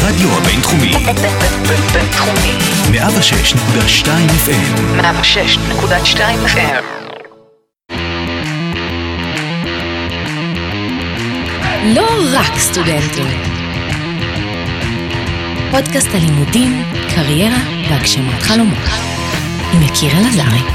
הרדיו הבינתחומי. בינתחומי. 106.2 FM. 106.2 FM. לא רק סטודנטים. פודקאסט הלימודים, קריירה והגשמת חלומות. עם יקיר אלעזרי.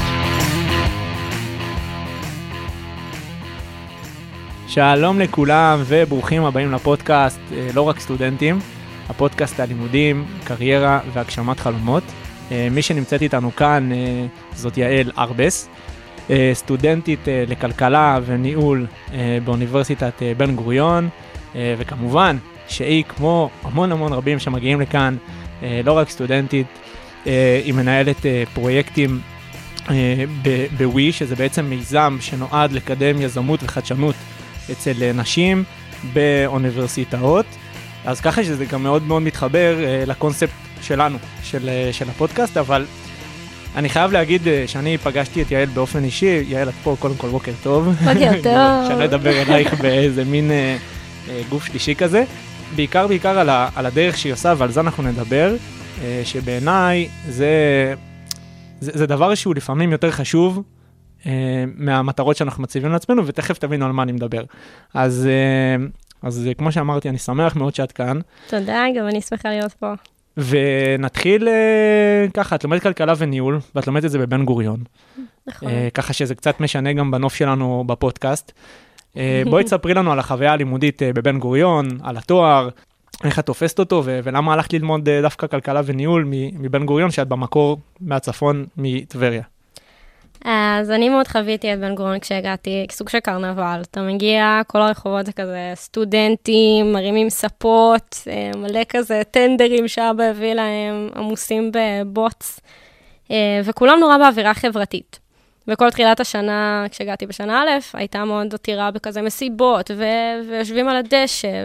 שלום לכולם וברוכים הבאים לפודקאסט לא רק סטודנטים, הפודקאסט הלימודים, קריירה והגשמת חלומות. מי שנמצאת איתנו כאן זאת יעל ארבס, סטודנטית לכלכלה וניהול באוניברסיטת בן גוריון, וכמובן שהיא כמו המון רבים שמגיעים לכאן, לא רק סטודנטית, היא מנהלת פרויקטים בווי, שזה בעצם מיזם שנועד לקדם יזמות וחדשנות אצל נשים באוניברסיטאות. אז ככה שזה גם מאוד מתחבר לקונספט שלנו, של הפודקאסט, אבל אני חייב להגיד שאני פגשתי את יעל באופן אישי. יעל, את פה, קודם כל בוקר טוב. בוקר טוב. שאני אדבר אלייך באיזה מין גוף שלישי כזה. בעיקר על הדרך שהיא עושה, ועל זה אנחנו נדבר, שבעיניי זה דבר שהוא לפעמים יותר חשוב מהמטרות שאנחנו מציבים לעצמנו, ותכף תבינו על מה אני מדבר. אז כמו שאמרתי, אני שמח מאוד שאת כאן. תודה, גם אני שמחה להיות פה. ונתחיל ככה, את לומדת כלכלה וניהול, ואת לומדת את זה בבן גוריון. נכון. ככה שזה קצת משנה גם בנוף שלנו בפודקאסט. בואי תספרי לנו על החוויה הלימודית בבן גוריון, על התואר, איך את תופסת אותו, ולמה הלכת ללמוד דווקא כלכלה וניהול מבן גוריון, שאת במקור מהצפון, מטבריה. אז אני מאוד חוויתי את בן גוריון כשהגעתי, כסוג של קרנבל. אתה מגיע, כל הרחובות זה כזה סטודנטים, מרימים ספות, מלא כזה טנדרים שאבא הביא להם, עמוסים בבוץ, וכולם נורא באווירה חברתית. וכל תחילת השנה, כשהגעתי בשנה א', הייתה מאוד עתירה בכזה מסיבות, ויושבים על הדשא.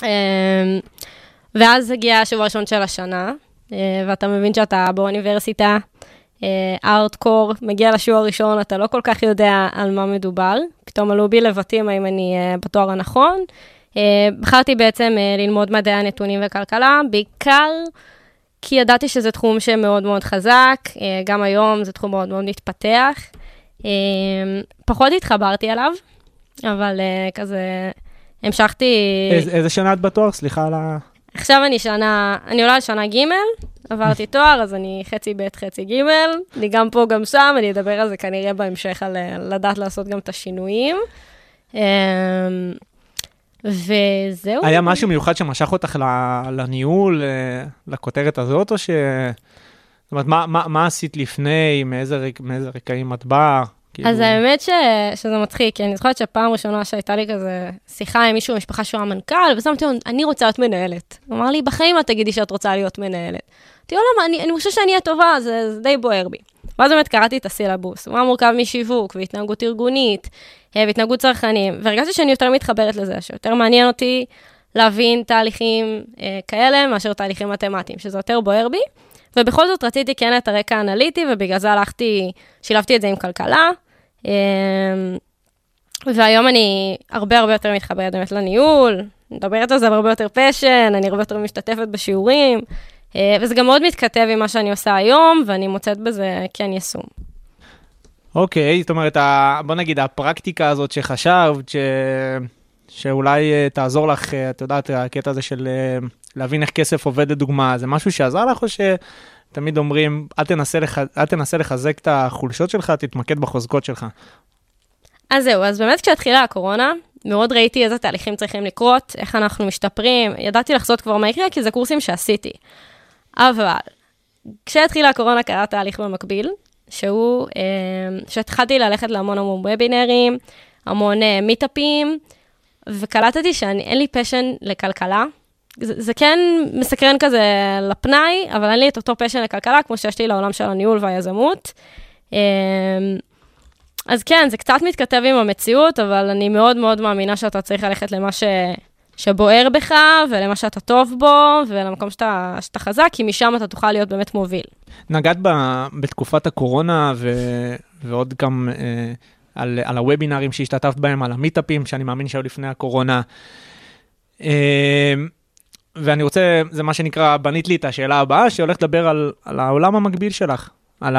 ואז הגיע השבוע הראשון של השנה, ואתה מבין שאתה באוניברסיטה, ארטקור, מגיע לשיעור הראשון, אתה לא כל כך יודע על מה מדובר, פתאום עלו בי לבטים האם אני בתואר הנכון. בחרתי בעצם ללמוד מדעי הנתונים וכלכלה, בעיקר כי ידעתי שזה תחום שמאוד חזק, גם היום זה תחום מאוד מתפתח. פחות התחברתי אליו, אבל כזה המשכתי... איזה שנה את בתואר? סליחה על ה... עכשיו אני עולה על שנה ג', עברתי תואר, אז אני חצי ב' חצי ג', אני גם פה גם שם, אני אדבר על זה כנראה בהמשך, על לדעת לעשות גם את השינויים. וזהו. היה משהו מיוחד שמשך אותך לניהול, לכותרת הזאת, או ש... זאת אומרת, מה עשית לפני, מאיזה רקעים את באה? אז האמת שזה מצחיק, כי אני זוכרת שהפעם ראשונה שהייתה לי כזה שיחה עם מישהו במשפחה שהוא המנכ"ל, ושמתי לו, אני רוצה להיות מנהלת. הוא אמר לי, בחיים את תגידי שאת רוצה להיות מנהלת. אמרתי לו, למה? אני חושב שאני הטובה, זה די בוער בי. ואז באמת קראתי את הסילבוס, הוא היה מורכב משיווק, והתנהגות ארגונית, והתנהגות צרכנים, והרגשתי שאני יותר מתחברת לזה, שיותר מעניין אותי להבין תהליכים כאלה, מאשר תהליכים מתמטיים, שזה יותר בוער בי. ובכל זאת רציתי כן את הרקע האנליטי, ובגלל זה שילבתי את זה עם כלכלה, והיום אני הרבה יותר מתחברת באמת לניהול, מדברת על זה הרבה יותר פשן, אני הרבה יותר משתתפת בשיעורים, וזה גם מאוד מתכתב עם מה שאני עושה היום, ואני מוצאת בזה כן יישום. אוקיי, זאת אומרת, בוא נגיד, הפרקטיקה הזאת שחשבת, שאולי תעזור לך, את יודעת, הקטע הזה של להבין איך כסף עובד לדוגמה, זה משהו שעזר לך, או שתמיד אומרים, אל תנסה לחזק את החולשות שלך, תתמקד בחוזקות שלך? אז זהו, אז באמת כשהתחילה הקורונה, מאוד ראיתי איזה תהליכים צריכים לקרות, איך אנחנו משתפרים, ידעתי לחזות כבר מה יקרה, כי זה קורסים שעשיתי. אבל כשהתחילה הקורונה קרה תהליך במקביל, שהתחלתי ללכת להמון וובינרים, המון מיטאפים, וקלטתי שאין לי פשן לכלכלה. זה כן מסקרן כזה לפנאי, אבל אין לי את אותו פשן לכלכלה, כמו שיש לי לעולם של הניהול והיזמות. אז כן, זה קצת מתכתב עם המציאות, אבל אני מאוד מאמינה שאתה צריך ללכת למה שבוער בך, ולמה שאתה טוב בו, ולמקום שאתה חזק, כי משם אתה תוכל להיות באמת מוביל. נגעת בתקופת הקורונה, ועוד גם על הוובינרים שהשתתפת בהם, על המיטאפים, שאני מאמין שהיו לפני הקורונה. ואני רוצה, זה מה שנקרא, בנית לי את השאלה הבאה, שהולך לדבר על העולם המקביל שלך, על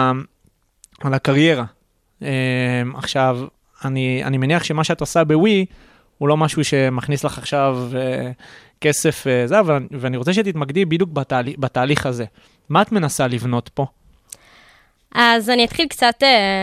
הקריירה. עכשיו, אני מניח שמה שאת עושה בווי, הוא לא משהו שמכניס לך עכשיו כסף, ואני רוצה שתתמקדי בדיוק בתהליך הזה. מה את מנסה לבנות פה? אז אני אתחיל קצת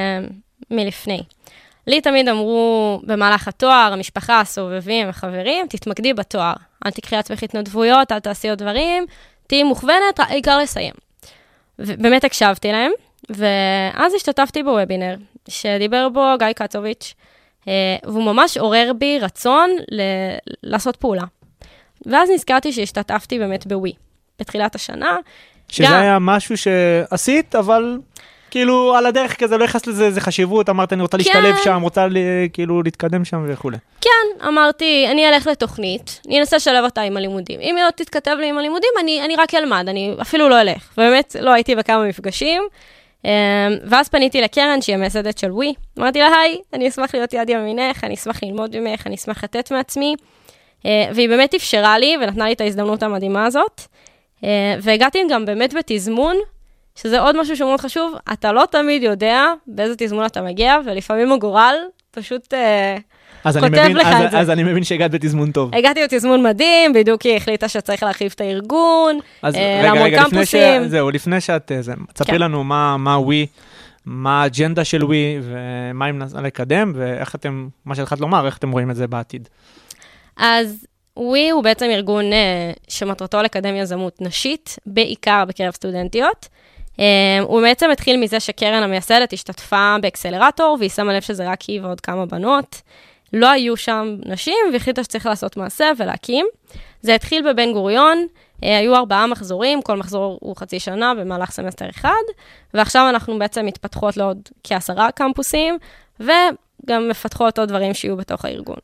מלפני. לי תמיד אמרו, במהלך התואר, המשפחה, הסובבים, החברים, תתמקדי בתואר. אל תקחי עצמך התנדבויות, אל תעשי עוד דברים, תהי מוכוונת, העיקר לסיים. ובאמת הקשבתי להם, ואז השתתפתי בוובינר, שדיבר בו גיא קצוביץ', והוא ממש עורר בי רצון לעשות פעולה. ואז נזכרתי שהשתתפתי באמת בווי, בתחילת השנה. שזה היה משהו שעשית, אבל כאילו על הדרך כזה לא יחס לזה איזה חשיבות, אמרת אני רוצה להשתלב שם, רוצה כאילו להתקדם שם וכו'. כן, אמרתי, אני אלך לתוכנית, אני אנסה לשלב אותה עם הלימודים. אם היא לא תתכתב לי עם הלימודים, אני רק אלמד, אני אפילו לא אלך. ובאמת לא הייתי בכמה מפגשים, ואז פניתי לקרן שהיא המייסדת של ווי. אמרתי לה, היי, אני אשמח להיות יד ימינך, אני אשמח ללמוד ממך, אני אשמח לתת מעצמי. והיא באמת אפשרה לי ונתנה לי את ההזדמנות המדהימה הזאת. והגעתי גם באמת בתזמון, שזה עוד משהו שמאוד חשוב, אתה לא תמיד יודע באיזה תזמון אתה מגיע, ולפעמים הגורל פשוט כותב לך את זה. אז אני מבין שהגעת בתזמון טוב. הגעתי בתזמון מדהים, בדיוק היא החליטה שצריך להרחיב את הארגון, להמון קמפוסים. זהו, לפני שאת, תספרי לנו מה ווי, מה האג'נדה של ווי, ומה היא מנסה לקדם, ואיך אתם, מה שהתחלת לומר, איך אתם רואים את זה בעתיד. אז ווי הוא בעצם ארגון שמטרתו לקדם יזמות נשית, בעיקר בקרב סטודנטיות. הוא בעצם התחיל מזה שקרן המייסדת השתתפה באקסלרטור, והיא שמה לב שזה רק היא ועוד כמה בנות. לא היו שם נשים, והחליטה שצריך לעשות מעשה ולהקים. זה התחיל בבן גוריון, היו 4 מחזורים, כל מחזור הוא חצי שנה במהלך סמסטר אחד, ועכשיו אנחנו בעצם מתפתחות לעוד כ10 קמפוסים, וגם מפתחות עוד דברים שיהיו בתוך הארגון.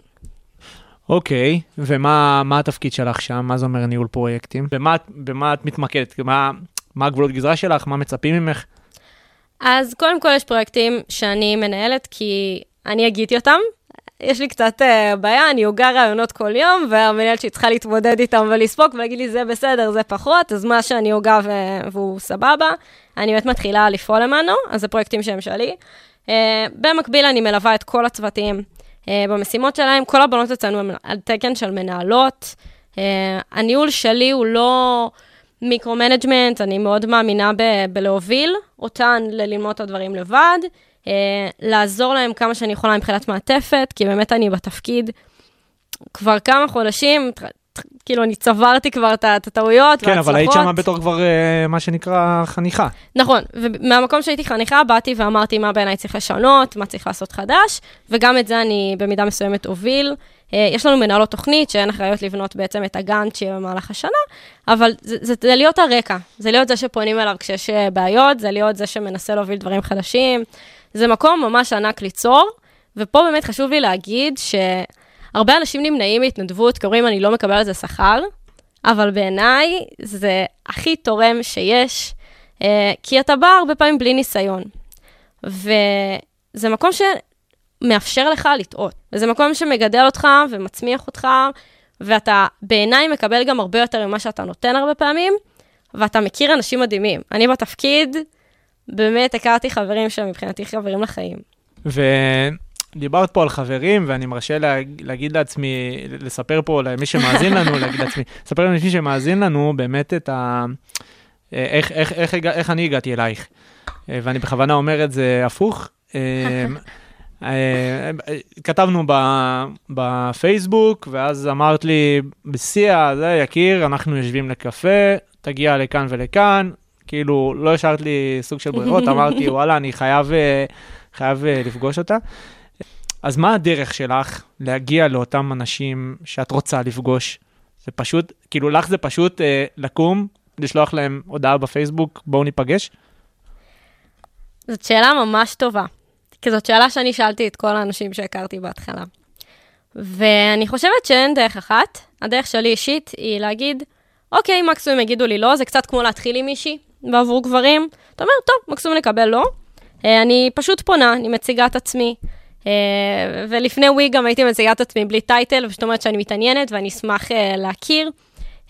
אוקיי, ומה התפקיד שלך שם? מה זה אומר ניהול פרויקטים? במה את מתמקדת? מה הגבולות גזרה שלך? מה מצפים ממך? אז קודם כל יש פרויקטים שאני מנהלת, כי אני אגיתי אותם. יש לי קצת בעיה, אני הוגה רעיונות כל יום, והמנהלת שהיא צריכה להתמודד איתם ולספוק, ולהגיד לי, זה בסדר, זה פחות, אז מה שאני הוגה והוא סבבה, אני באמת מתחילה לפעול למענו, אז זה פרויקטים שהם שלי. במקביל אני מלווה את כל הצוותים במשימות שלהם, כל הבנות אצלנו על תקן של מנהלות. הניהול שלי הוא לא מיקרו-מנג'מנט, אני מאוד מאמינה בלהוביל אותן ללמוד את הדברים לבד, לעזור להם כמה שאני יכולה מבחינת מעטפת, כי באמת אני בתפקיד כבר כמה חודשים, כאילו אני צברתי כבר את הטעויות כן, אבל היית שם בתור כבר מה שנקרא חניכה. נכון, ומהמקום שהייתי חניכה, באתי ואמרתי מה בעיניי צריך לשנות, מה צריך לעשות חדש, וגם את זה אני במידה מסוימת הוביל. יש לנו מנהלות תוכנית שהן אחראיות לבנות בעצם את הגאנט שיהיה במהלך השנה, אבל זה להיות הרקע, זה להיות זה שפונים אליו כשיש בעיות, זה להיות זה שמנסה להוביל דברים חדשים, זה מקום ממש ענק ליצור, ופה באמת חשוב לי להגיד שהרבה אנשים נמנעים בהתנדבות, קוראים אני לא מקבל על זה שכר, אבל בעיניי זה הכי תורם שיש, כי אתה בא הרבה פעמים בלי ניסיון, וזה מקום מאפשר לך לטעות. וזה מקום שמגדל אותך ומצמיח אותך, ואתה בעיניי מקבל גם הרבה יותר ממה שאתה נותן הרבה פעמים, ואתה מכיר אנשים מדהימים. אני בתפקיד, באמת הכרתי חברים שמבחינתי חברים לחיים. ודיברת פה על חברים, ואני מרשה להגיד לעצמי, לספר פה למי שמאזין לנו, להגיד לעצמי, לספר למי שמאזין לנו באמת את איך אני הגעתי אלייך. ואני בכוונה אומר את זה הפוך. כתבנו בפייסבוק, ואז אמרת לי, בשיאה, זה יקיר, אנחנו יושבים לקפה, תגיע לכאן ולכאן, כאילו לא השארת לי סוג של ברירות, אמרתי, וואלה, אני חייב לפגוש אותה. אז מה הדרך שלך להגיע לאותם אנשים שאת רוצה לפגוש? זה פשוט, כאילו לך זה פשוט לקום, לשלוח להם הודעה בפייסבוק, בואו ניפגש? זאת שאלה ממש טובה. כי זאת שאלה שאני שאלתי את כל האנשים שהכרתי בהתחלה. ואני חושבת שאין דרך אחת. הדרך שלי אישית היא להגיד, אוקיי, מקסימום יגידו לי לא, זה קצת כמו להתחיל עם מישהי בעבור גברים. אתה אומר, טוב, מקסימום נקבל לא. אני פשוט פונה, אני מציגה את עצמי. ולפני ווי גם הייתי מציגה את עצמי בלי טייטל, ושאת אומרת שאני מתעניינת ואני אשמח להכיר.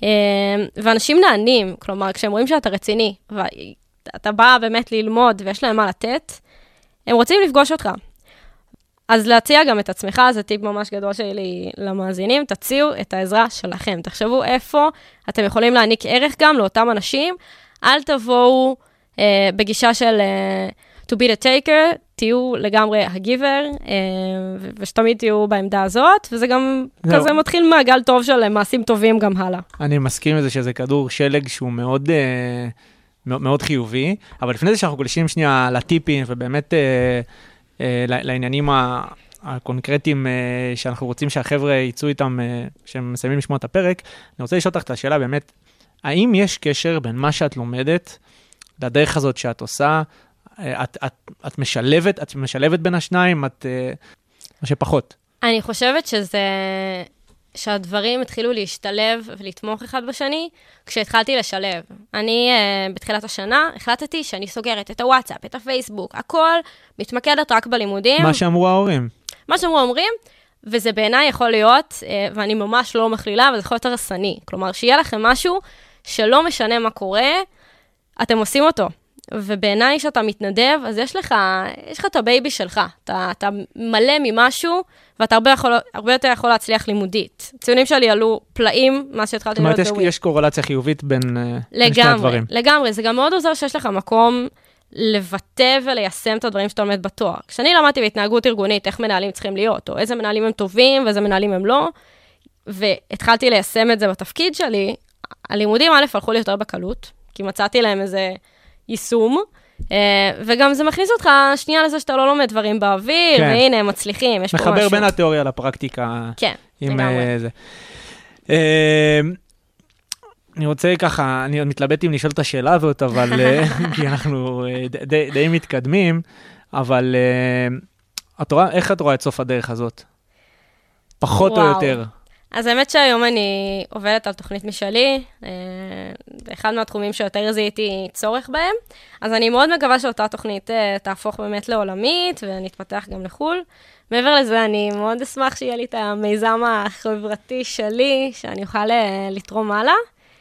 ואנשים נענים, כלומר, כשהם רואים שאתה רציני, ואתה בא באמת ללמוד ויש להם מה לתת, הם רוצים לפגוש אותך. אז להציע גם את עצמך, זה טיפ ממש גדול שלי למאזינים, תציעו את העזרה שלכם. תחשבו איפה אתם יכולים להעניק ערך גם לאותם אנשים, אל תבואו בגישה של to be the taker, תהיו לגמרי הגיבר, ושתמיד תהיו בעמדה הזאת, וזה גם כזה מתחיל מעגל טוב של מעשים טובים גם הלאה. אני מסכים עם זה שזה כדור שלג שהוא מאוד, מאוד חיובי, אבל לפני זה שאנחנו גולשים שנייה לטיפים, ובאמת לעניינים הקונקרטיים שאנחנו רוצים שהחבר'ה ייצאו איתם, שהם מסיימים לשמוע את הפרק, אני רוצה לשאול אותך את השאלה באמת, האם יש קשר בין מה שאת לומדת, לדרך הזאת שאת עושה, את משלבת בין השניים, מה שפחות? אני חושבת שהדברים התחילו להשתלב ולתמוך אחד בשני, כשהתחלתי לשלב. אני בתחילת השנה החלטתי שאני סוגרת את הוואטסאפ, את הפייסבוק, הכל מתמקדת רק בלימודים. מה שאמרו ההורים. מה שאמרו ההורים, וזה בעיניי יכול להיות, ואני ממש לא מכלילה, אבל זה יכול להיות הרסני. כלומר, שיהיה לכם משהו שלא משנה מה קורה, אתם עושים אותו. ובעיניי שאתה מתנדב, אז יש לך את הבייבי שלך. אתה מלא ממשהו, ואתה הרבה יותר יכול להצליח לימודית. ציונים שלי עלו פלאים, מה שהתחלתי להיות בוויק. זאת אומרת, יש קורלציה חיובית בין שני הדברים. לגמרי, זה גם מאוד עוזר שיש לך מקום לבטא וליישם את הדברים שאתה עומד בתואר. כשאני למדתי בהתנהגות ארגונית, איך מנהלים צריכים להיות, או איזה מנהלים הם טובים, ואיזה מנהלים הם לא, והתחלתי ליישם את זה בתפקיד שלי, הלימודים א' הלכו לי יותר בקלות, כי מצאתי להם איזה יישום, וגם זה מכניס אותך שנייה לזה שאתה לא לומד דברים באוויר, והנה, הם מצליחים, יש פה משהו. מחבר בין התיאוריה לפרקטיקה. כן, לגמרי. אני רוצה ככה, אני מתלבט אם לשאול את השאלה הזאת, אבל כי אנחנו די מתקדמים, אבל איך את רואה את סוף הדרך הזאת? פחות או יותר. אז האמת שהיום אני עובדת על תוכנית משלי, באחד מהתחומים שיותר זיהיתי צורך בהם, אז אני מאוד מקווה שאותה תוכנית תהפוך באמת לעולמית, ונתפתח גם לחול. מעבר לזה, אני מאוד אשמח שיהיה לי את המיזם החברתי שלי, שאני אוכל לתרום הלאה.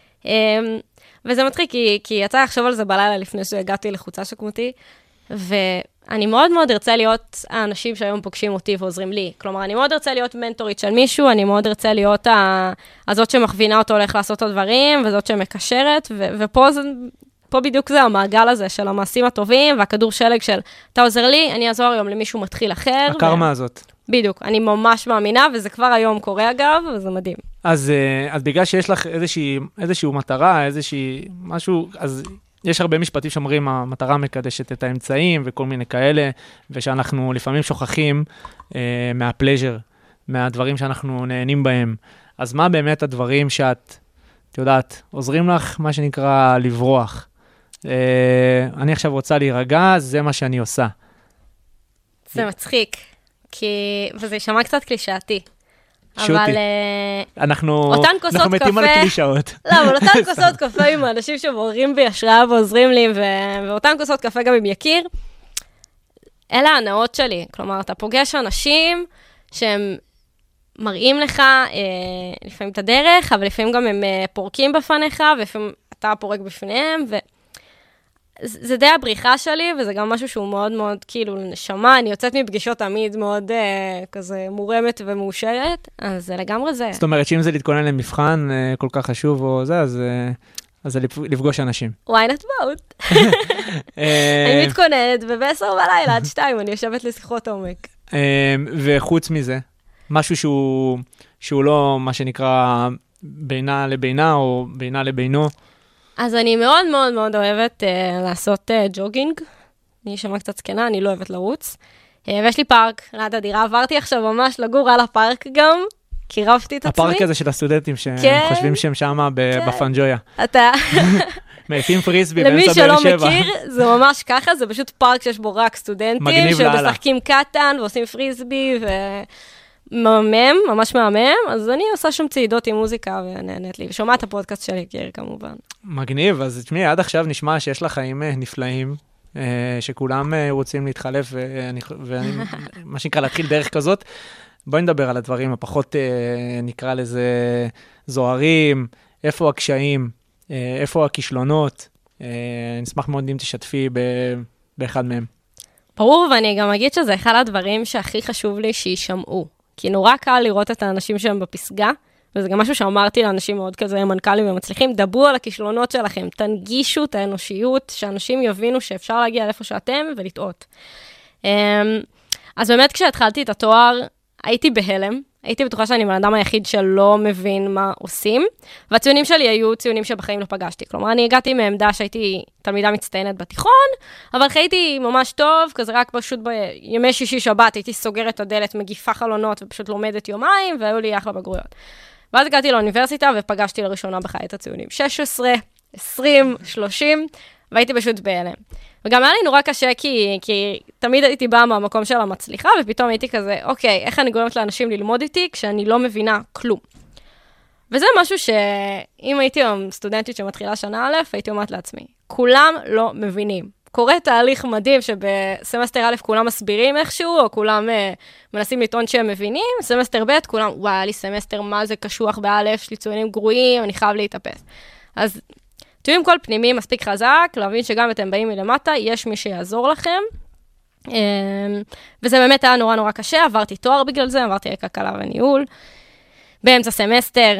וזה מצחיק, כי יצא לחשוב על זה בלילה לפני שהגעתי לחוצה שכמותי, ואני מאוד מאוד ארצה להיות האנשים שהיום פוגשים אותי ועוזרים לי. כלומר, אני מאוד ארצה להיות מנטורית של מישהו, אני מאוד ארצה להיות הזאת שמכווינה אותו הולך לעשות את הדברים, וזאת שמקשרת, ופה בדיוק זה המעגל הזה של המעשים הטובים, והכדור שלג של, אתה עוזר לי, אני אעזור היום למישהו מתחיל אחר. הקרמה הזאת. בדיוק, אני ממש מאמינה, וזה כבר היום קורה אגב, וזה מדהים. אז בגלל שיש לך איזושהי מטרה, משהו, אז יש הרבה משפטים שאומרים, המטרה מקדשת את האמצעים וכל מיני כאלה, ושאנחנו לפעמים שוכחים מהפלז'ר, מהדברים שאנחנו נהנים בהם. אז מה באמת הדברים שאת יודעת, עוזרים לך, מה שנקרא, לברוח? אני עכשיו רוצה להירגע, זה מה שאני עושה. זה מצחיק, וזה יישמע קצת קלישאתי. שוטי. אבל אנחנו מתים על קלישאות. לא, אבל אותן כוסות קפה עם האנשים שמעוררים בי השראה ועוזרים לי, ואותן כוסות קפה גם עם יקיר, אלה ההנאות שלי. כלומר, אתה פוגש אנשים שהם מראים לך לפעמים את הדרך, אבל לפעמים גם הם פורקים בפניך, ולפעמים אתה פורק בפניהם, זה די הבריחה שלי, וזה גם משהו שהוא מאוד מאוד כאילו נשמה, אני יוצאת מפגישות תמיד מאוד כזה מורמת ומאושרת, אז זה לגמרי זה. זאת אומרת שאם זה להתכונן למבחן כל כך חשוב או זה, אז זה לפגוש אנשים. Why not both? אני מתכוננת, וב-10 בלילה עד 2, אני יושבת לשיחות עומק. וחוץ מזה, משהו שהוא לא מה שנקרא בינה לבינה, או בינה לבינו, אז אני מאוד מאוד מאוד אוהבת לעשות ג'וגינג. אני שמה קצת זקנה, אני לא אוהבת לרוץ. ויש לי פארק, ליד הדירה. עברתי עכשיו ממש לגור על הפארק גם, קירבתי את עצמי. הפארק הזה של הסטודנטים שחושבים שהם שמה בפנג'ויה. אתה... מעיפים פריסבי באמצע באר שבע. למי שלא מכיר, זה ממש ככה, זה פשוט פארק שיש בו רק סטודנטים, שמשחקים קטן ועושים פריסבי מהמם, ממש מהמם, אז אני עושה שם צעידות עם מוזיקה ונהנית לי, ושומעת את הפודקאסט שלי, כמובן. מגניב, אז תשמעי, עד עכשיו נשמע שיש לך חיים נפלאים, שכולם רוצים להתחלף, ואני, מה שנקרא, להתחיל דרך כזאת. בואי נדבר על הדברים הפחות, נקרא לזה, זוהרים, איפה הקשיים, איפה הכישלונות. נשמח מאוד אם תשתפי באחד מהם. ברור, ואני גם אגיד שזה אחד הדברים שהכי חשוב לי שישמעו. כי נורא קל לראות את האנשים שהם בפסגה, וזה גם משהו שאמרתי לאנשים מאוד כזה, מנכ"לים ומצליחים, דברו על הכישלונות שלכם, תנגישו את האנושיות, שאנשים יבינו שאפשר להגיע לאיפה שאתם ולטעות. אז באמת כשהתחלתי את התואר, הייתי בהלם, הייתי בטוחה שאני בן אדם היחיד שלא מבין מה עושים, והציונים שלי היו ציונים שבחיים לא פגשתי. כלומר, אני הגעתי מעמדה שהייתי תלמידה מצטיינת בתיכון, אבל חייתי ממש טוב, כזה רק פשוט בימי שישי שבת, הייתי סוגרת את הדלת, מגיפה חלונות ופשוט לומדת יומיים, והיו לי אחלה בגרויות. ואז הגעתי לאוניברסיטה ופגשתי לראשונה בחיי את הציונים. 16, 20, 30, והייתי פשוט בהלם. וגם היה לי נורא קשה, כי תמיד הייתי באה מהמקום של המצליחה, ופתאום הייתי כזה, אוקיי, איך אני גורמת לאנשים ללמוד איתי כשאני לא מבינה כלום. וזה משהו שאם הייתי סטודנטית שמתחילה שנה א', הייתי אומרת לעצמי, כולם לא מבינים. קורה תהליך מדהים שבסמסטר א' כולם מסבירים איכשהו, או כולם מנסים לטעון שהם מבינים, סמסטר ב' כולם, וואי, היה לי סמסטר מה זה קשוח באלף, יש לי ציונים גרועים, אני חייב להתאפס. אז תהיו עם כל פנימי מספיק חזק, להבין שגם אתם באים מלמטה, יש מי שיעזור לכם. וזה באמת היה נורא נורא קשה, עברתי תואר בגלל זה, עברתי כלכלה וניהול, באמצע סמסטר,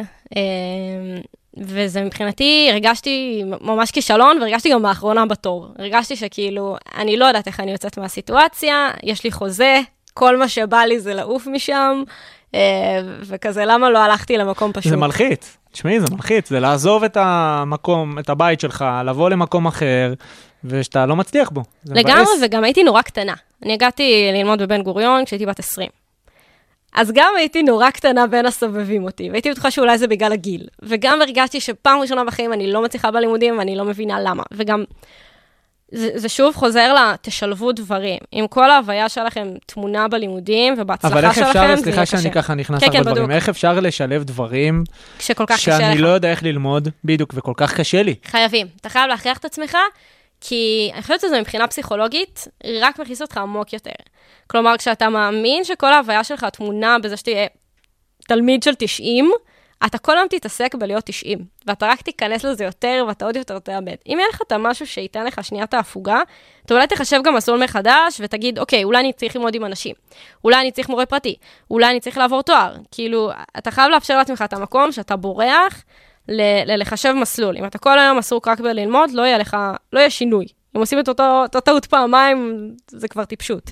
וזה מבחינתי, הרגשתי ממש כישלון, והרגשתי גם באחרונה בתור. הרגשתי שכאילו, אני לא יודעת איך אני יוצאת מהסיטואציה, יש לי חוזה, כל מה שבא לי זה לעוף משם, וכזה, למה לא הלכתי למקום פשוט? זה מלחיץ. תשמעי, זה מלחיץ, זה לעזוב את המקום, את הבית שלך, לבוא למקום אחר, ושאתה לא מצליח בו. לגמרי, וגם הייתי נורא קטנה. אני הגעתי ללמוד בבן גוריון כשהייתי בת 20. אז גם הייתי נורא קטנה בין הסובבים אותי, והייתי בטוחה שאולי זה בגלל הגיל. וגם הרגשתי שפעם ראשונה בחיים אני לא מצליחה בלימודים, ואני לא מבינה למה. וגם זה שוב חוזר תשלבו דברים. עם כל ההוויה שלכם תמונה בלימודים, ובהצלחה שלכם, אבל איך אפשר, סליחה שאני ככה נכנס לך בדברים, איך אפשר לשלב דברים שאני לא יודע איך ללמוד, בדיוק, וכל כך קשה לי? חייבים. אתה חייב להכריח את עצמך, כי אני חושבת שזה מבחינה פסיכולוגית, רק מכניס אותך עמוק יותר. כלומר, כשאתה מאמין שכל ההוויה שלך תמונה בזה שתהיה תלמיד של 90, אתה כל היום תתעסק בלהיות 90, ואתה רק תיכנס לזה יותר, ואתה עוד יותר תאבד. אם אין לך את משהו שייתן לך שנייה את ההפוגה, אתה אולי תחשב גם מסלול מחדש, ותגיד, אוקיי, אולי אני צריך ללמוד עם אנשים, אולי אני צריך מורה פרטי, אולי אני צריך לעבור תואר. כאילו, אתה חייב לאפשר לעצמך את המקום שאתה בורח לחשב מסלול. אם אתה כל היום עסוק רק בללמוד, לא יהיה שינוי. אם עושים את אותו טעות פעמיים, זה כבר טיפשות.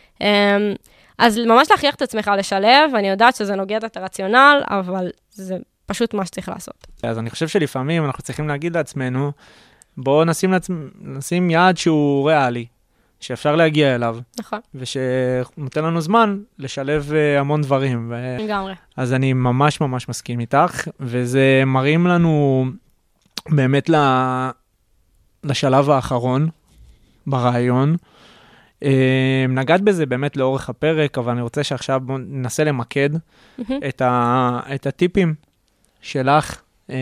אז ממש להכריח את עצמך לשלב, ואני יודעת שזה נוגד את הרציונל, אבל זה פשוט מה שצריך לעשות. אז אני חושב שלפעמים אנחנו צריכים להגיד לעצמנו, בואו נשים יעד שהוא ריאלי, שאפשר להגיע אליו. נכון. ושנותן לנו זמן לשלב המון דברים. לגמרי. אז אני ממש ממש מסכים איתך, וזה מראים לנו באמת לשלב האחרון ברעיון, נגעת בזה באמת לאורך הפרק, אבל אני רוצה שעכשיו בוא ננסה למקד את הטיפים שלך,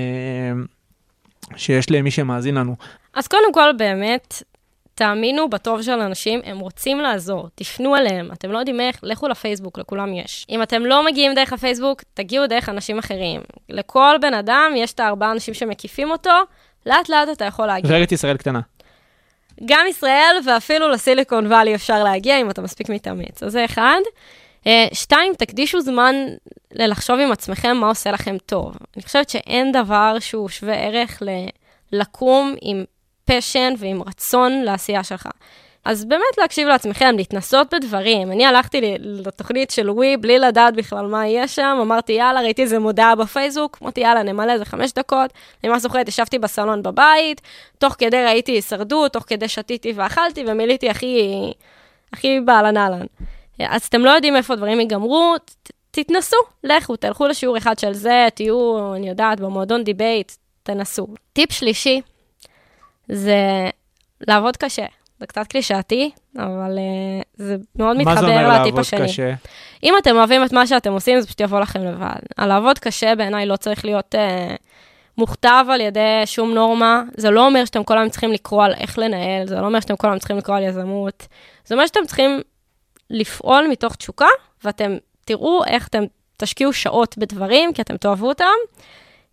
שיש למי שמאזין לנו. אז קודם כל באמת, תאמינו בטוב של אנשים, הם רוצים לעזור, תפנו עליהם, אתם לא יודעים איך, לכו לפייסבוק, לכולם יש. אם אתם לא מגיעים דרך הפייסבוק, תגיעו דרך אנשים אחרים. לכל בן אדם יש את 4 אנשים שמקיפים אותו, לאט לאט אתה יכול להגיע. וארץ ישראל קטנה. גם ישראל, ואפילו לסיליקון ואלי אפשר להגיע, אם אתה מספיק מתאמץ. אז זה 1. 2, תקדישו זמן לחשוב עם עצמכם מה עושה לכם טוב. אני חושבת שאין דבר שהוא שווה ערך לקום עם פשן ועם רצון לעשייה שלך. אז באמת להקשיב לעצמכם, להתנסות בדברים. אני הלכתי לתוכנית של ווי, בלי לדעת בכלל מה יהיה שם, אמרתי, יאללה, ראיתי איזה מודעה בפייסבוק, אמרתי, יאללה, נמלא איזה 5 דקות, אני מה זוכרת, ישבתי בסלון בבית, תוך כדי ראיתי הישרדות, תוך כדי שתיתי ואכלתי, ומיליתי הכי בעלן עלן. אז אתם לא יודעים איפה דברים ייגמרו, תתנסו, לכו, תלכו לשיעור אחד של זה, תהיו, אני יודעת, במועדון דיבייט, תנסו. טיפ שלישי, זה לעבוד קשה. זה קצת קלישאתי, אבל זה מאוד מתחבר לטיפ השני. מה זה אומר לעבוד קשה? אם אתם אוהבים את מה שאתם עושים, זה פשוט יבוא לכם לבד. לעבוד קשה בעיניי לא צריך להיות מוכתב על ידי שום נורמה. זה לא אומר שאתם כל היום צריכים לקרוא על איך לנהל, זה לא אומר שאתם כל היום צריכים לקרוא על יזמות. זה אומר שאתם צריכים לפעול מתוך תשוקה, ואתם תראו איך אתם תשקיעו שעות בדברים, כי אתם תאהבו אותם,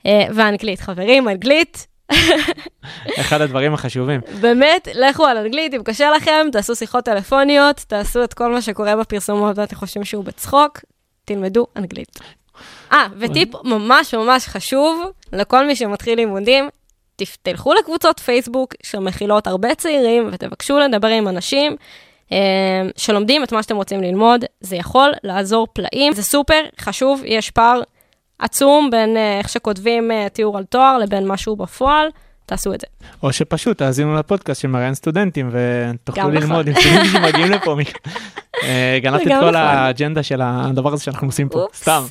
ואנגלית, חברים, אנגלית. אחד הדברים החשובים. באמת, לכו על אנגלית, אם קשה לכם, תעשו שיחות טלפוניות, תעשו את כל מה שקורה בפרסומות, ואתם חושבים שהוא בצחוק, תלמדו אנגלית. וטיפ ממש ממש חשוב, לכל מי שמתחיל לימודים, תלכו לקבוצות פייסבוק שמכילות הרבה צעירים, ותבקשו לדבר עם אנשים שלומדים את מה שאתם רוצים ללמוד, זה יכול לעזור פלאים, זה סופר חשוב, יש פער עצום בין איך שכותבים תיאור על תואר לבין משהו בפועל, תעשו את זה. או שפשוט תאזינו לפודקאסט של מראיין סטודנטים, ותוכלו ללמוד עם סטודנטים שמגיעים לפה. גנבת את כל האג'נדה של הדבר הזה שאנחנו עושים פה, סתם.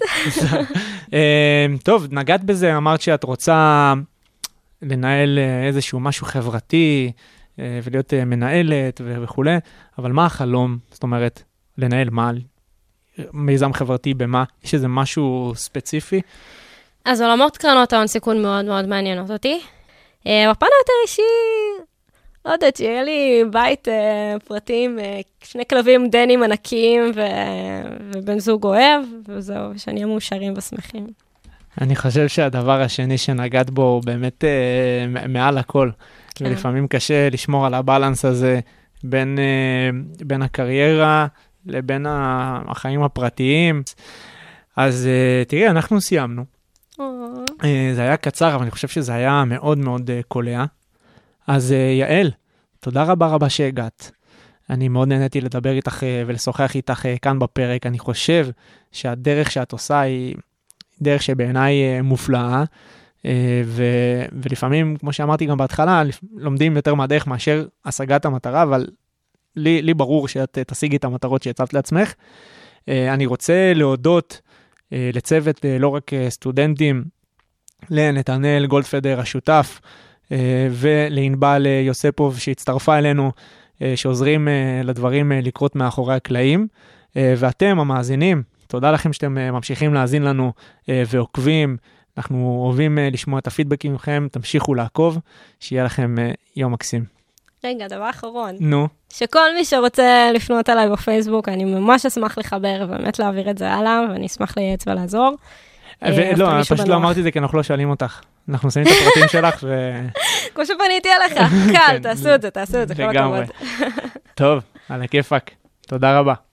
טוב, נגעת בזה, אמרת שאת רוצה לנהל איזשהו משהו חברתי, ולהיות מנהלת וכו', אבל מה החלום? זאת אומרת, לנהל מה? מיזם חברתי במה? יש איזה משהו ספציפי? אז עולמות קרנות ההון סיכון מאוד מאוד מעניינות אותי. בפן היותר אישי, לא יודעת, שיהיה לי בית פרטי עם 2 כלבים דנים ענקיים ובן זוג אוהב, וזהו, שאני אהיה מאושרים ושמחים. אני חושב שהדבר השני שנגעת בו הוא באמת מעל הכל. כן. ולפעמים קשה לשמור על הבלנס הזה בין הקריירה לבין החיים הפרטיים. אז תראי, אנחנו סיימנו. זה היה קצר, אבל אני חושב שזה היה מאוד מאוד קולע. אז יעל, תודה רבה שהגעת. אני מאוד נהניתי לדבר איתך ולשוחח איתך כאן בפרק. אני חושב שהדרך שאת עושה היא דרך שבעיניי מופלאה, ולפעמים, כמו שאמרתי גם בהתחלה, לומדים יותר מהדרך מאשר השגת המטרה, אבל לי ברור שאת תשיגי את המטרות שהצבת לעצמך. אני רוצה להודות לצוות לא רק סטודנטים, לנתנאל גולדפדר השותף, ולענבל יוספוב שהצטרפה אלינו, שעוזרים לדברים לקרות מאחורי הקלעים, ואתם המאזינים, תודה לכם שאתם ממשיכים להאזין לנו ועוקבים, אנחנו אוהבים לשמוע את הפידבקים מכם, תמשיכו לעקוב, שיהיה לכם יום מקסים. רגע, דבר אחרון. נו. שכל מי שרוצה לפנות אליי בפייסבוק, אני ממש אשמח לחבר, ובאמת להעביר את זה הלאה, ואני אשמח לייעץ ולעזור. לא, פשוט לא אמרתי את זה, כי אנחנו לא שואלים אותך. אנחנו שמים את הפרטים שלך ו... כמו שפניתי עליך, קל, תעשו את זה, כל הכבוד. טוב, על הכיפק. תודה רבה.